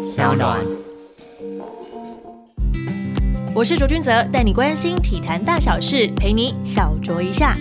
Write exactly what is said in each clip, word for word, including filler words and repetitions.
小暖。 我是卓君泽，带你关心体坛大小事，陪你小酌一下。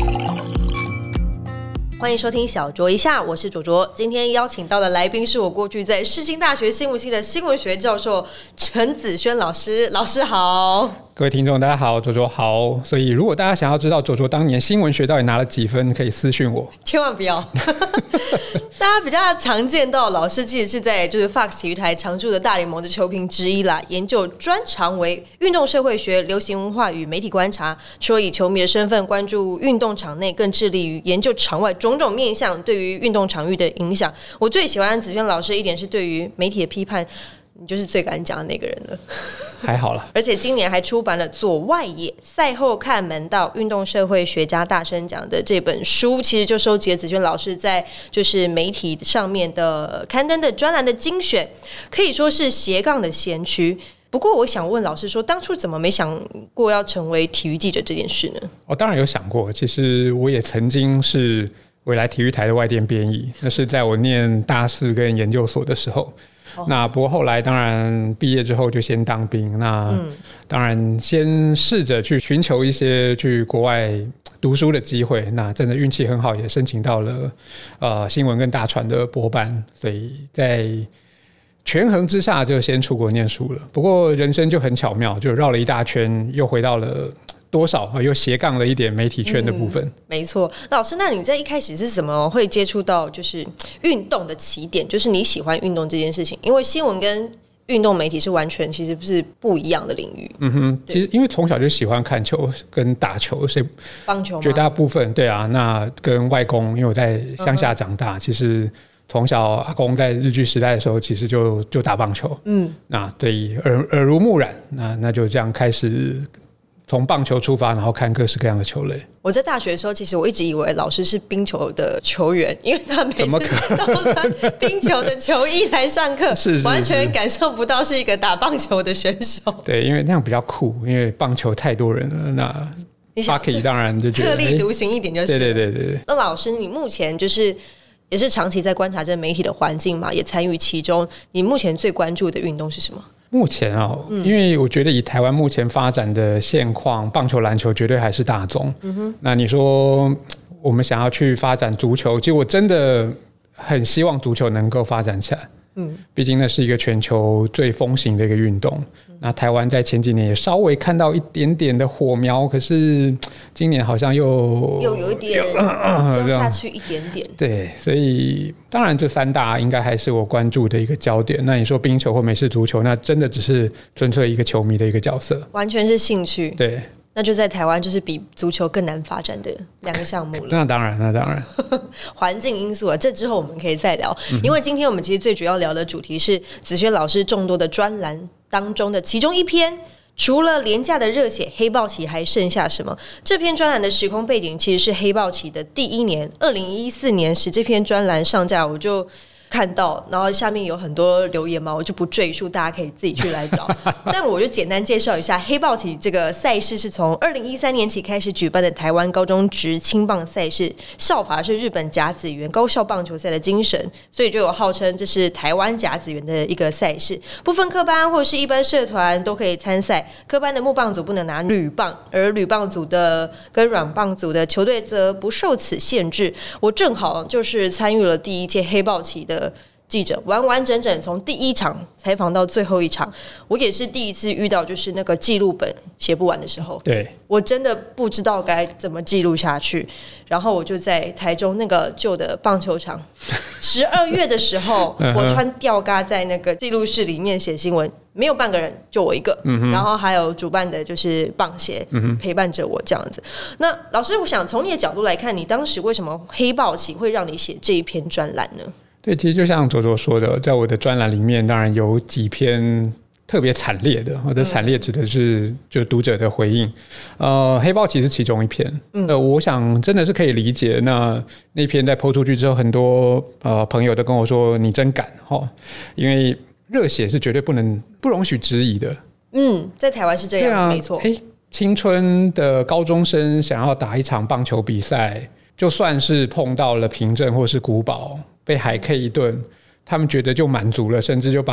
欢迎收听小酌一下，我是卓卓。今天邀请到的来宾是我过去在世新大学新闻系的新闻学教授陈子轩老师。老师好。 各位听众大家好，卓卓好。所以如果大家想要知道卓卓当年新闻学到底拿了几分，可以私讯我。 千万不要。大家比较常见到老师其实是在就是 Fox 体育台常驻的大联盟的球评之一啦，研究专长为运动社会学、流行文化与媒体观察，除了以球迷的身份关注运动场内，更致力于研究场外种种面向对于运动场域的影响。我最喜欢子轩老师一点是对于媒体的批判，你就是最敢讲的那个人了。 还好啦。 而且今年还出版了《左外野赛后看门道：运动社会学家大声讲》的这本书，其实就收集了子轩老师在就是媒体上面的刊登的专栏的精选，可以说是斜杠的先驱。不过我想问老师说，当初怎么没想过要成为体育记者这件事呢？ 我、哦、当然有想过，其实我也曾经是未来体育台的外电编译，那是在我念大四跟研究所的时候。Oh. 那不过后来当然毕业之后就先当兵，那当然先试着去寻求一些去国外读书的机会，那真的运气很好，也申请到了呃新闻跟大传的博班，所以在权衡之下就先出国念书了。不过人生就很巧妙，就绕了一大圈，又回到了多少又斜杠了一点媒体圈的部分、嗯、 没错。老师，那你在一开始是怎么会接触到就是运动的起点，就是你喜欢运动这件事情？因为新闻跟运动媒体是完全其实不是不一样的领域。 嗯哼，其实因为从小就喜欢看球跟打球，所以棒球绝大部分对啊，那跟外公，因为我在乡下长大、嗯、其实从小阿公在日据时代的时候其实就就打棒球，嗯，那对耳耳濡目染，那那就这样开始从棒球出发，然后看各式各样的球类。 我在大学的时候，其实我一直以为老师是冰球的球员，因为他每次都穿冰球的球衣来上课， 是是是完全感受不到是一个打棒球的选手。 对，因为那样比较酷，因为棒球太多人了，那 Bucky 当然就觉得特立独行一点就是。 对对对对。 那老师，你目前就是也是长期在观察这媒体的环境嘛，也参与其中。你目前最关注的运动是什么？ 目前啊、哦嗯，因为我觉得以台湾目前发展的现况，棒球、篮球绝对还是大宗、嗯。那你说我们想要去发展足球，其实我真的很希望足球能够发展起来。嗯，毕竟那是一个全球最风行的一个运动、嗯。那台湾在前几年也稍微看到一点点的火苗，可是今年好像又又有一点降下去一点点。 对，所以当然这三大应该还是我关注的一个焦点。那你说冰球或美式足球，那真的只是纯粹一个球迷的一个角色， 完全是兴趣。 对。 那就在台湾就是比足球更难发展的两个项目了。 那当然，那当然。 环境因素啊，这之后我们可以再聊、嗯。因为今天我们其实最主要聊的主题是子轩老师众多的专栏当中的其中一篇，除了廉价的热血，黑豹旗还剩下什么？这篇专栏的时空背景其实是黑豹旗的第一年，二零一四年时这篇专栏上架，我就看到，然后下面有很多留言嘛，我就不赘述，大家可以自己去来找。但我就简单介绍一下，黑豹旗这个赛事是从二零一三年起开始举办的台湾高中职青棒赛事，效法是日本甲子园高校棒球赛的精神，所以就有号称这是台湾甲子园的一个赛事，不分科班或者是一般社团都可以参赛。科班的木棒组不能拿铝棒，而铝棒组的跟软棒组的球队则不受此限制。我正好就是参与了第一届黑豹旗的记者，完完整整从第一场采访到最后一场，我也是第一次遇到就是那个记录本写不完的时候， 对， 我真的不知道该怎么记录下去。然后我就在台中那个旧的棒球场，十二月的时候，我穿吊嘎在那个记录室里面写新闻，没有半个人，就我一个、嗯、然后还有主办的就是棒协、嗯、陪伴着我这样子。那老师，我想从你的角度来看，你当时为什么黑豹旗会让你写这一篇专栏呢？ 对，其实就像卓卓说的，在我的专栏里面当然有几篇特别惨烈的，我的惨烈指的是就读者的回应。呃，黑豹旗是其中一篇，呃，我想真的是可以理解。那那篇在 po 出去之后，很多呃朋友都跟我说你真敢齁，因为热血是绝对不能不容许质疑的。 嗯，在台湾是这样子，啊、没错。 哎，青春的高中生想要打一场棒球比赛，就算是碰到了平镇或是古堡被海 K 一顿，他们觉得就满足了，甚至就把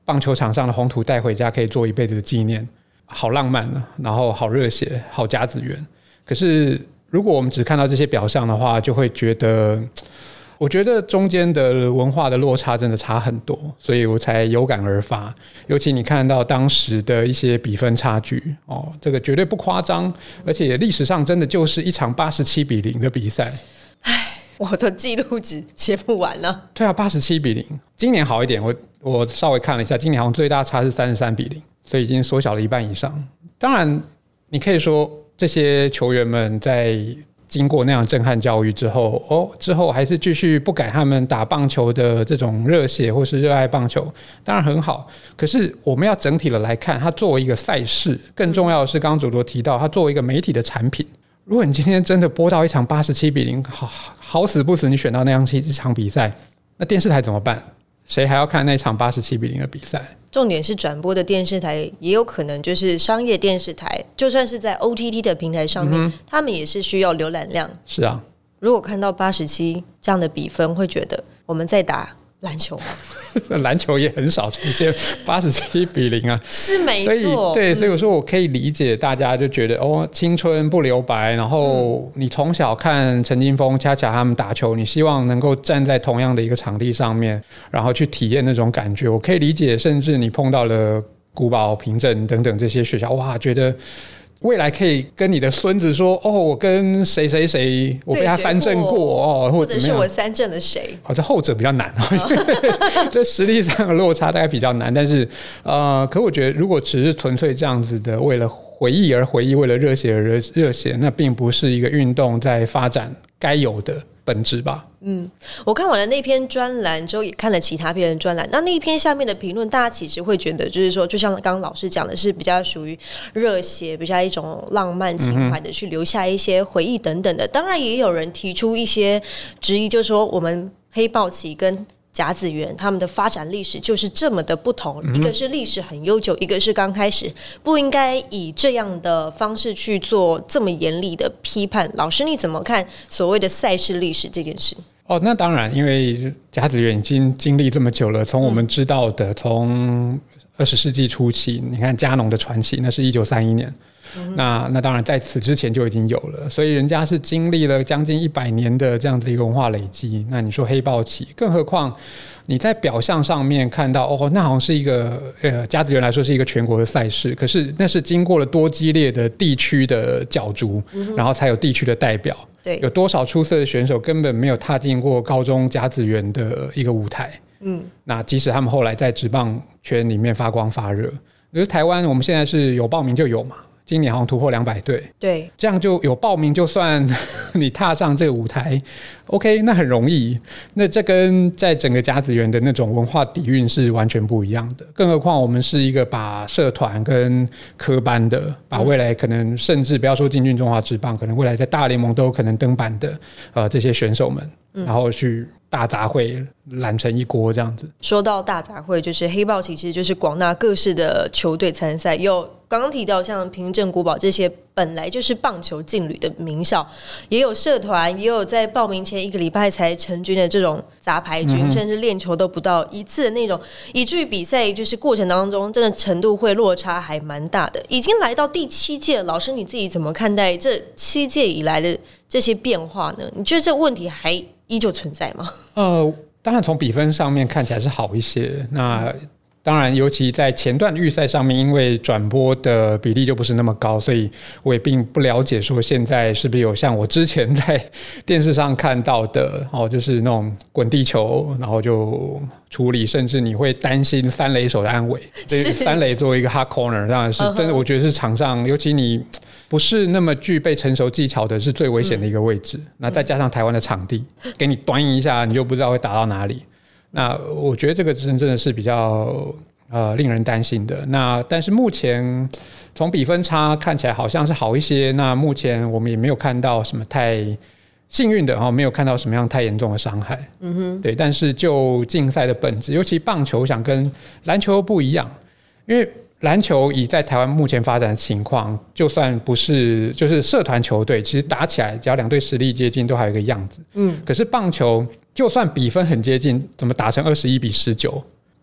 棒球场上的红土带回家，可以做一辈子的纪念，好浪漫啊，然后好热血，好甲子园。可是如果我们只看到这些表象的话，就会觉得，我觉得中间的文化的落差真的差很多，所以我才有感而发。尤其你看到当时的一些比分差距，哦，这个绝对不夸张，而且历史上真的就是一场八十七比零的比赛。 唉，我的记录纸写不完了。 对啊，八十七比零。今年好一点，我我稍微看了一下，今年好像最大差是三十三比零，所以已经缩小了一半以上。当然，你可以说这些球员们在经过那样震撼教育之后，哦，之后还是继续不改他们打棒球的这种热血或是热爱棒球，当然很好。可是我们要整体的来看，它作为一个赛事，更重要的是，刚刚主播提到，它作为一个媒体的产品。如果你今天真的播到一场八十七比零，好好死不死，你选到那样一场比赛，那电视台怎么办？谁还要看那场八十七比零的比赛？ 重点是转播的电视台也有可能就是商业电视台，就算是在 O T T 的平台上面，嗯、他们也是需要浏览量。 是啊， 如果看到八十七这样的比分，会觉得我们在打篮球吗？ 篮球也很少出现八十七比零啊， 是没错。 所以对，所以我说我可以理解大家就觉得、嗯、哦，青春不留白，然后你从小看陈金锋、恰恰他们打球，你希望能够站在同样的一个场地上面，然后去体验那种感觉，我可以理解。甚至你碰到了古堡、平镇等等这些学校，哇，觉得未来可以跟你的孙子说，哦，我跟谁谁谁，我被他三振过哦， 或者是我三振了谁？ 哦，这后者比较难，这实力上的落差大概比较难。但是，呃，可我觉得，如果只是纯粹这样子的，为了回忆而回忆，为了热血而热血，那并不是一个运动在发展该有的本质吧。 嗯，我看完了那篇专栏之后，也看了其他篇的专栏。那那一篇下面的评论，大家其实会觉得，就是说，就像刚刚老师讲的，是比较属于热血，比较一种浪漫情怀的，去留下一些回忆等等的。当然，也有人提出一些质疑，就是说，我们黑豹旗跟甲子园他们的发展历史就是这么的不同，一个是历史很悠久，一个是刚开始，不应该以这样的方式去做这么严厉的批判。老师你怎么看所谓的赛事历史这件事？ 哦，那当然，因为甲子园已经经历这么久了，从我们知道的，从二十世纪初期，你看加农的传奇，那是一九三一年。嗯、那那当然在此之前就已经有了，所以人家是经历了将近一百年的这样子一个文化累积。那你说黑豹旗，更何况你在表象上面看到，哦，那好像是一个呃甲子园来说是一个全国的赛事，可是那是经过了多激烈的地区的角逐、嗯，然后才有地区的代表。对，有多少出色的选手根本没有踏进过高中甲子园的一个舞台。嗯，那即使他们后来在职棒圈里面发光发热，可是台湾我们现在是有报名就有嘛。今年好像突破两百队，对，这样就有报名，就算你踏上这个舞台 ，OK， 那很容易。那这跟在整个甲子园的那种文化底蕴是完全不一样的。更何况我们是一个把社团跟科班的，把未来可能甚至不要说进军中华职棒，可能未来在大联盟都有可能登板的呃这些选手们，然后去大杂烩揽成一锅这样子。说到大杂烩，就是黑豹旗其实就是广纳各式的球队参赛，有刚刚提到像平镇、古堡这些本来就是棒球劲旅的名校，也有社团，也有在报名前一个礼拜才成军的这种杂牌军、嗯、甚至练球都不到一次的那种，以至于比赛就是过程当中真的程度会落差还蛮大的。已经来到第七届，老师你自己怎么看待这七届以来的这些变化呢？你觉得这问题还依旧存在吗？呃， 当然从比分上面看起来是好一些。那当然，尤其在前段预赛上面，因为转播的比例就不是那么高，所以我也并不了解说现在是不是有像我之前在电视上看到的哦，就是那种滚地球，然后就处理，甚至你会担心三垒手的安危。三垒作为一个 hard corner， 当然是真的，我觉得是场上，尤其你不是那么具备成熟技巧的，是最危险的一个位置。嗯、那再加上台湾的场地，给你端一下，你就不知道会打到哪里。那我觉得这个真的是比较呃令人担心的。那但是目前从比分差看起来好像是好一些。那目前我们也没有看到什么太幸运的哈，没有看到什么样太严重的伤害。嗯哼，对。但是就竞赛的本质，尤其棒球想跟篮球不一样，因为篮球以在台湾目前发展的情况，就算不是就是社团球队，其实打起来只要两队实力接近，都还有一个样子。嗯，可是棒球就算比分很接近，怎么打成二十一比十九，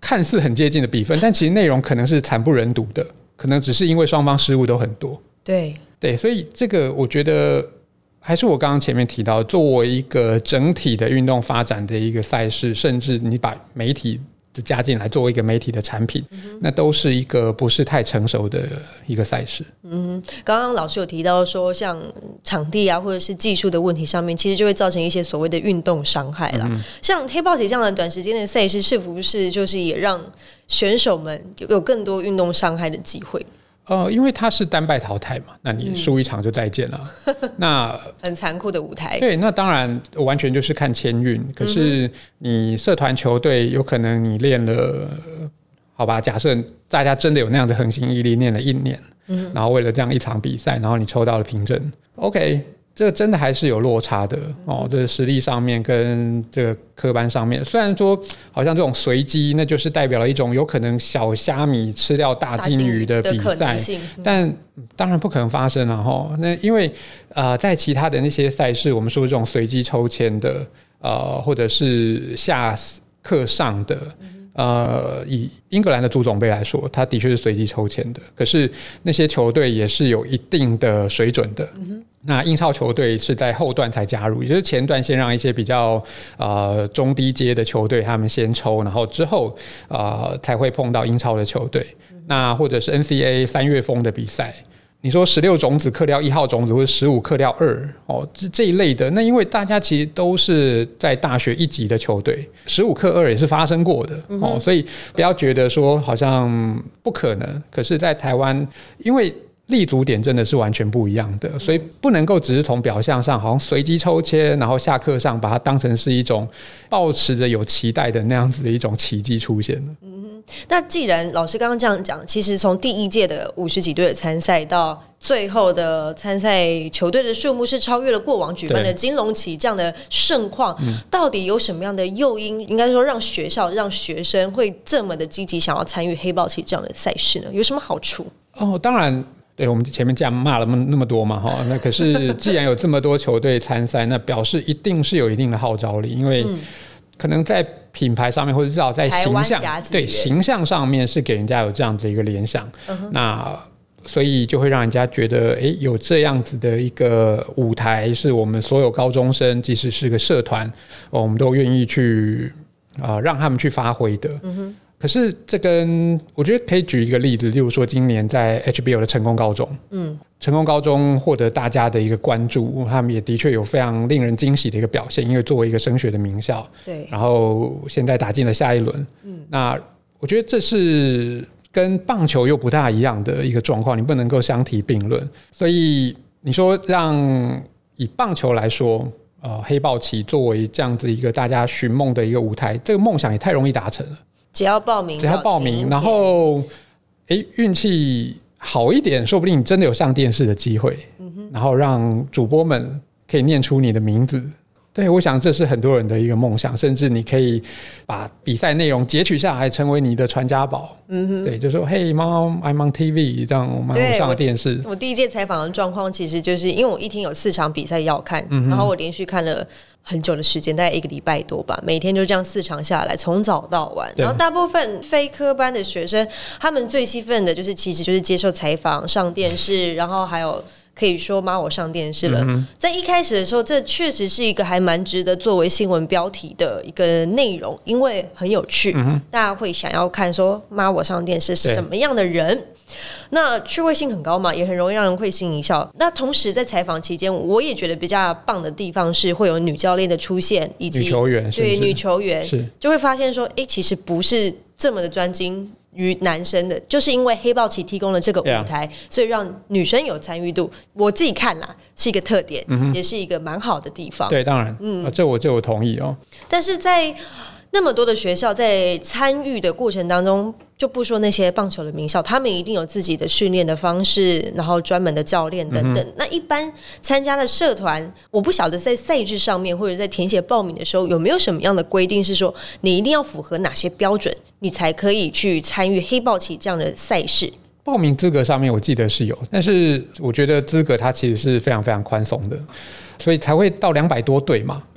看似很接近的比分，但其实内容可能是惨不忍睹的，可能只是因为双方失误都很多。 对对，所以这个我觉得还是我刚刚前面提到，作为一个整体的运动发展的一个赛事，甚至你把媒体加进来作为一个媒体的产品、嗯、那都是一个不是太成熟的一个赛事。 嗯，刚刚老师有提到说像场地啊或者是技术的问题上面，其实就会造成一些所谓的运动伤害啦、嗯、像黑豹旗这样的短时间的赛事，是不是就是也让选手们有更多运动伤害的机会？ 呃，因为它是单败淘汰嘛，那你输一场就再见了、嗯、那很残酷的舞台。 对，那当然完全就是看签运，可是你社团球队有可能你练了，好吧，假设大家真的有那样的恒心毅力，练了一年、嗯、然后为了这样一场比赛，然后你抽到了凭证 OK，这个真的还是有落差的哦，这个实力上面跟这个科班上面，虽然说好像这种随机，那就是代表了一种有可能小虾米吃掉大金鱼的比赛，但当然不可能发生了哈。那因为呃，在其他的那些赛事，我们说这种随机抽签的，呃，或者是下课上的。呃，以英格兰的足总杯来说，它的确是随机抽签的，可是那些球队也是有一定的水准的。嗯、那英超球队是在后段才加入，也就是前段先让一些比较呃中低阶的球队他们先抽，然后之后呃才会碰到英超的球队。嗯、那或者是 N C A A 三月风的比赛。你说十六种子克掉一号种子，或者十五克掉二哦，这一类的，那因为大家其实都是在大学一级的球队，十五克二也是发生过的、嗯、哦，所以不要觉得说好像不可能。可是，在台湾，因为立足点真的是完全不一样的，所以不能够只是从表象上好像随机抽签，然后下课上把它当成是一种抱持着有期待的那样子的一种奇迹出现了。嗯， 那既然老师刚刚这样讲，其实从第一届的五十几队的参赛到最后的参赛球队的数目是超越了过往举办的金龙旗这样的盛况，到底有什么样的诱因，应该说让学校让学生会这么的积极想要参与黑豹旗这样的赛事呢？有什么好处？ 哦，当然对，我们前面这样骂了那么多嘛，那可是既然有这么多球队参赛，那表示一定是有一定的号召力，因为可能在品牌上面，或者至少在形象，对形象上面是给人家有这样子一个联想，嗯、那所以就会让人家觉得，哎，有这样子的一个舞台，是我们所有高中生，即使是个社团，哦、我们都愿意去啊、呃、让他们去发挥的。嗯哼。可是这跟我觉得可以举一个例子，例如说今年在 H B L 的成功高中，嗯，成功高中获得大家的一个关注，他们也的确有非常令人惊喜的一个表现，因为作为一个升学的名校，对，然后现在打进了下一轮，嗯，那我觉得这是跟棒球又不大一样的一个状况，你不能够相提并论。所以你说让以棒球来说，呃，黑豹旗作为这样子一个大家寻梦的一个舞台，这个梦想也太容易达成了。 只要报名， 只要报名，然后哎，运气好一点，说不定你真的有上电视的机会，嗯、然后让主播们可以念出你的名字。对，我想这是很多人的一个梦想，甚至你可以把比赛内容截取下来，成为你的传家宝。嗯哼，对，就说嘿，Mom, I'm on T V， 这样我们上了电视。 我, 我第一届采访的状况，其实就是因为我一天有四场比赛要看，嗯、然后我连续看了很久的时间，大概一个礼拜多吧，每天就这样四场下来，从早到晚。然后大部分非科班的学生，他们最兴奋的就是其实就是接受采访、上电视，然后还有。可以说妈我上电视了、嗯、在一开始的时候，这确实是一个还蛮值得作为新闻标题的一个内容，因为很有趣、嗯、大家会想要看说妈我上电视是什么样的人，那趣味性很高嘛，也很容易让人会心一笑。那同时在采访期间，我也觉得比较棒的地方是会有女教练的出现，以及女球员， 对女球员就会发现说，哎，其实不是这么的专精于男生的，就是因为黑豹旗提供了这个舞台、yeah. 所以让女生有参与度。我自己看啦，是一个特点、嗯、也是一个蛮好的地方。 对，当然，嗯，这我这我同意哦。 但是在那么多的学校在参与的过程当中，就不说那些棒球的名校，他们一定有自己的训练的方式，然后专门的教练等等、嗯、那一般参加的社团，我不晓得在赛制上面或者在填写报名的时候有没有什么样的规定，是说你一定要符合哪些标准，你才可以去参与黑豹旗这样的赛事。 报名资格上面我记得是有，但是我觉得资格它其实是非常非常宽松的，所以才会到两百多队嘛。嗯，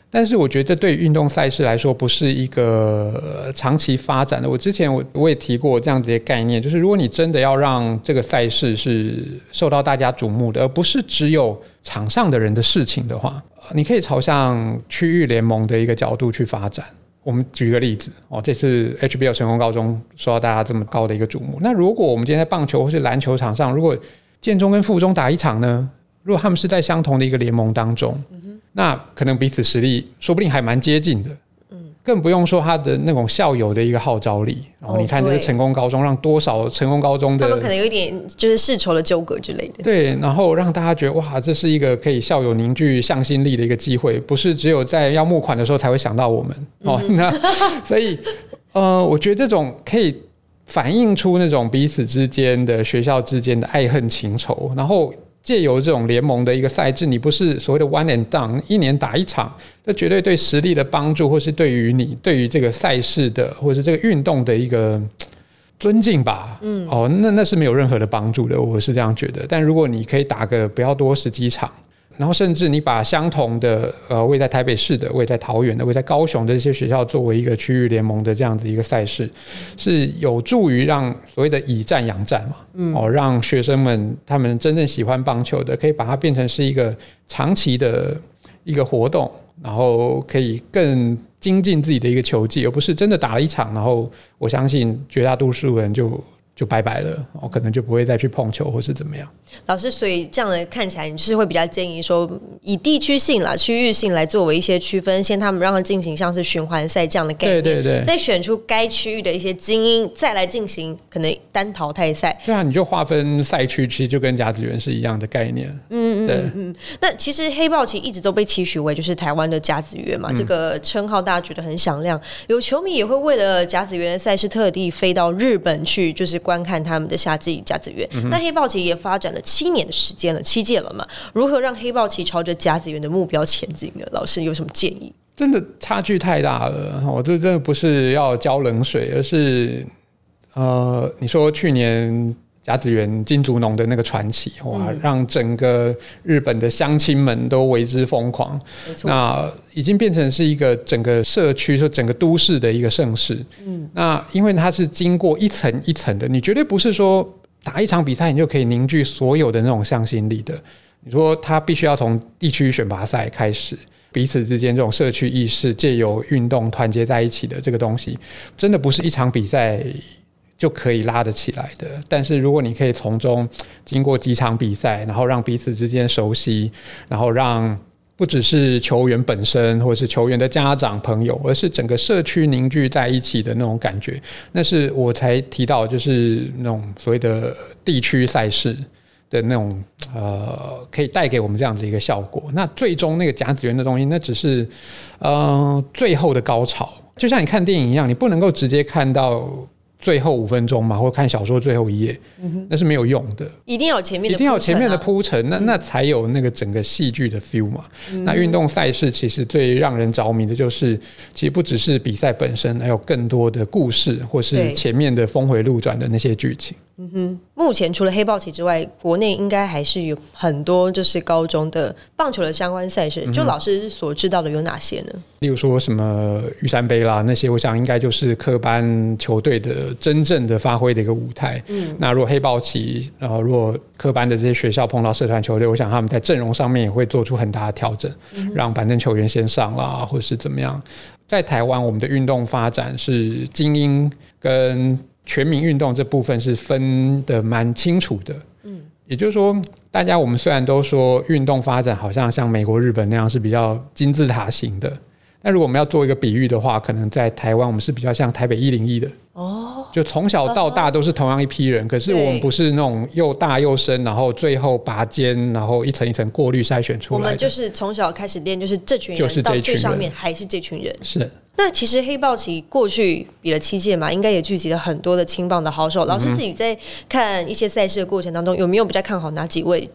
但是我觉得对于运动赛事来说不是一个长期发展的。我之前我我也提过这样子的概念，就是如果你真的要让这个赛事是受到大家瞩目的，而不是只有场上的人的事情的话，你可以朝向区域联盟的一个角度去发展。我们举个例子哦，这次 H B L 成功高中受到大家这么高的一个瞩目，那如果我们今天在棒球或是篮球场上，如果建中跟附中打一场呢，如果他们是在相同的一个联盟当中，嗯、那可能彼此实力说不定还蛮接近的，嗯，更不用说他的那种校友的一个号召力。然后你看这个成功高中让多少成功高中的他们可能有一点就是世仇的纠葛之类的， 对，然后让大家觉得哇，这是一个可以校友凝聚向心力的一个机会，不是只有在要募款的时候才会想到我们、嗯、哦。那所以呃，我觉得这种可以反映出那种彼此之间的学校之间的爱恨情仇，然后借由这种联盟的一个赛制，你不是所谓的 one and done 一年打一场，这绝对对实力的帮助，或是对于你对于这个赛事的或是这个运动的一个尊敬吧，嗯，哦，那那是没有任何的帮助的，我是这样觉得。但如果你可以打个不要多十几场，然后甚至你把相同的呃位在台北市的、位在桃园的、位在高雄的这些学校作为一个区域联盟的这样子一个赛事，是有助于让所谓的以战养战嘛，嗯，哦，让学生们他们真正喜欢棒球的，可以把它变成是一个长期的一个活动，然后可以更精进自己的一个球技，而不是真的打了一场，然后我相信绝大多数人就就拜拜了，我可能就不会再去碰球或是怎么样。 老师，所以这样的看起来，你是会比较建议说，以地区性啦、区域性来作为一些区分，先他们让他进行像是循环赛这样的概念， 对对对， 再选出该区域的一些精英，再来进行可能单淘汰赛。 对啊，你就划分赛区，其实就跟甲子园是一样的概念。 嗯嗯嗯。那其实黑豹旗一直都被期许为就是台湾的甲子园嘛，嗯、这个称号大家觉得很响亮，有球迷也会为了甲子园的赛事特地飞到日本去，就是观看他们的夏季甲子园。嗯、那黑豹旗也发展了七年的时间了，七届了嘛，如何让黑豹旗朝着甲子园的目标前进呢？老师有什么建议？ 真的差距太大了，我这真的不是要浇冷水，而是呃，你说去年甲子园金竹农的那个传奇，哇，嗯、让整个日本的乡亲们都为之疯狂。那已经变成是一个整个社区、说整个都市的一个盛事。嗯，那因为它是经过一层一层的，你绝对不是说打一场比赛你就可以凝聚所有的那种向心力的。你说他必须要从地区选拔赛开始，彼此之间这种社区意识，借由运动团结在一起的这个东西，真的不是一场比赛就可以拉得起来的。但是如果你可以从中经过几场比赛，然后让彼此之间熟悉，然后让不只是球员本身或者是球员的家长朋友，而是整个社区凝聚在一起的那种感觉，那是我才提到就是那种所谓的地区赛事的那种呃，可以带给我们这样子一个效果。那最终那个甲子园的东西，那只是呃最后的高潮，就像你看电影一样，你不能够直接看到最后五分钟嘛，或看小说最后一页，嗯、那是没有用的。 一定要有前面的、啊， 一定要有前面的铺陈，那那才有那个整个戏剧的 feel 嘛。嗯、那运动赛事其实最让人着迷的就是，其实不只是比赛本身，还有更多的故事，或是前面的峰回路转的那些剧情。 嗯哼，目前除了黑豹旗之外，国内应该还是有很多就是高中的棒球的相关赛事。嗯、就老师所知道的有哪些呢？ 例如说什么玉山杯啦，那些我想应该就是科班球队的真正的发挥的一个舞台。嗯，那如果黑豹旗，然后如果科班的这些学校碰到社团球队，我想他们在阵容上面也会做出很大的调整，嗯、让板凳球员先上啦，或是怎么样。在台湾，我们的运动发展是精英跟全民运动这部分是分得蛮清楚的。嗯，也就是说，大家我们虽然都说运动发展好像像美国、日本那样是比较金字塔型的，但如果我们要做一个比喻的话，可能在台湾我们是比较像台北一零一的。哦，就从小到大都是同样一批人，可是我们不是那种又大又深，然后最后拔尖，然后一层一层过滤筛选出来的。 我们就是从小开始练，就是这群人， 就是这群人， 到最上面还是这群人。 是。 那其实黑豹旗过去比了七届嘛，应该也聚集了很多的青棒的好手。老师自己在看一些赛事的过程当中，有没有比较看好哪几位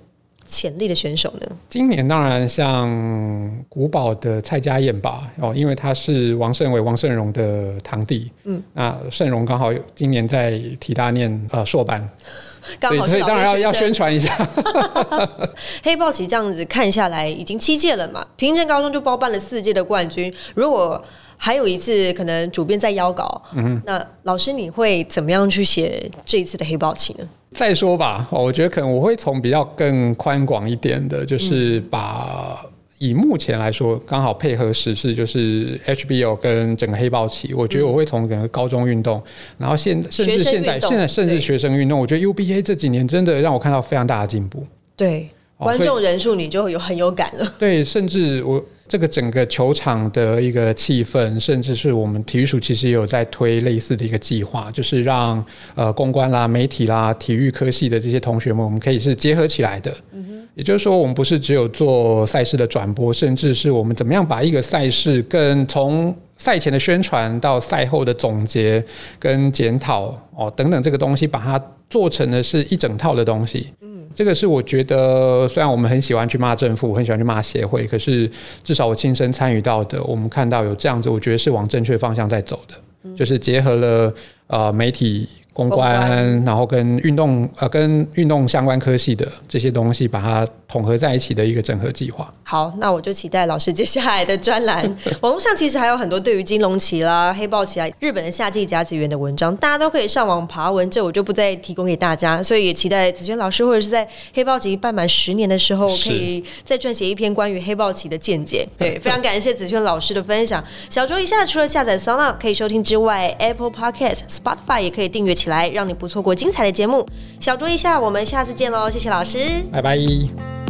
潜力的选手呢？ 今年当然像古堡的蔡家燕吧，哦，因为他是王胜伟、王胜荣的堂弟，嗯，那胜荣刚好今年在体大念呃硕班， 刚好是所以当然要要宣传一下。 黑豹旗这样子看下来，已经七届了嘛，平镇高中就包办了四届的冠军，如果还有一次可能主编在邀稿，嗯，那老师你会怎么样去写这一次的黑豹旗呢？ 再说吧，我觉得可能我会从比较更宽广一点的，就是把以目前来说刚好配合时事，就是 H B L 跟整个黑豹旗，我觉得我会从整个高中运动，然后现甚至现在现在甚至学生运动，我觉得 U B A 这几年真的让我看到非常大的进步。 对，观众人数你就有很有感了。 对，甚至我这个整个球场的一个气氛，甚至是我们体育署其实也有在推类似的一个计划，就是让呃公关啦、媒体啦、体育科系的这些同学们，我们可以是结合起来的。嗯哼，也就是说，我们不是只有做赛事的转播，甚至是我们怎么样把一个赛事跟从赛前的宣传到赛后的总结跟检讨哦等等这个东西，把它做成的是一整套的东西。嗯，这个是我觉得，虽然我们很喜欢去骂政府，很喜欢去骂协会，可是至少我亲身参与到的，我们看到有这样子，我觉得是往正确方向在走的，嗯、就是结合了呃媒体。公关，然后跟运动呃跟运动相关科系的这些东西，把它统合在一起的一个整合计划。 好，那我就期待老师接下来的专栏。网络上其实还有很多对于金龙旗啦、黑豹旗啊、日本的夏季甲子园的文章，大家都可以上网爬文，这我就不再提供给大家。所以也期待子轩老师或者是在黑豹旗办满十年的时候，可以再撰写一篇关于黑豹旗的见解。对，非常感谢子轩老师的分享。小酌一下，除了下载 SoundOn 可以收听之外 ，Apple Podcast、Spotify 也可以订阅起来，让你不错过精彩的节目。小酌一下，我们下次见喽！谢谢老师， 拜拜。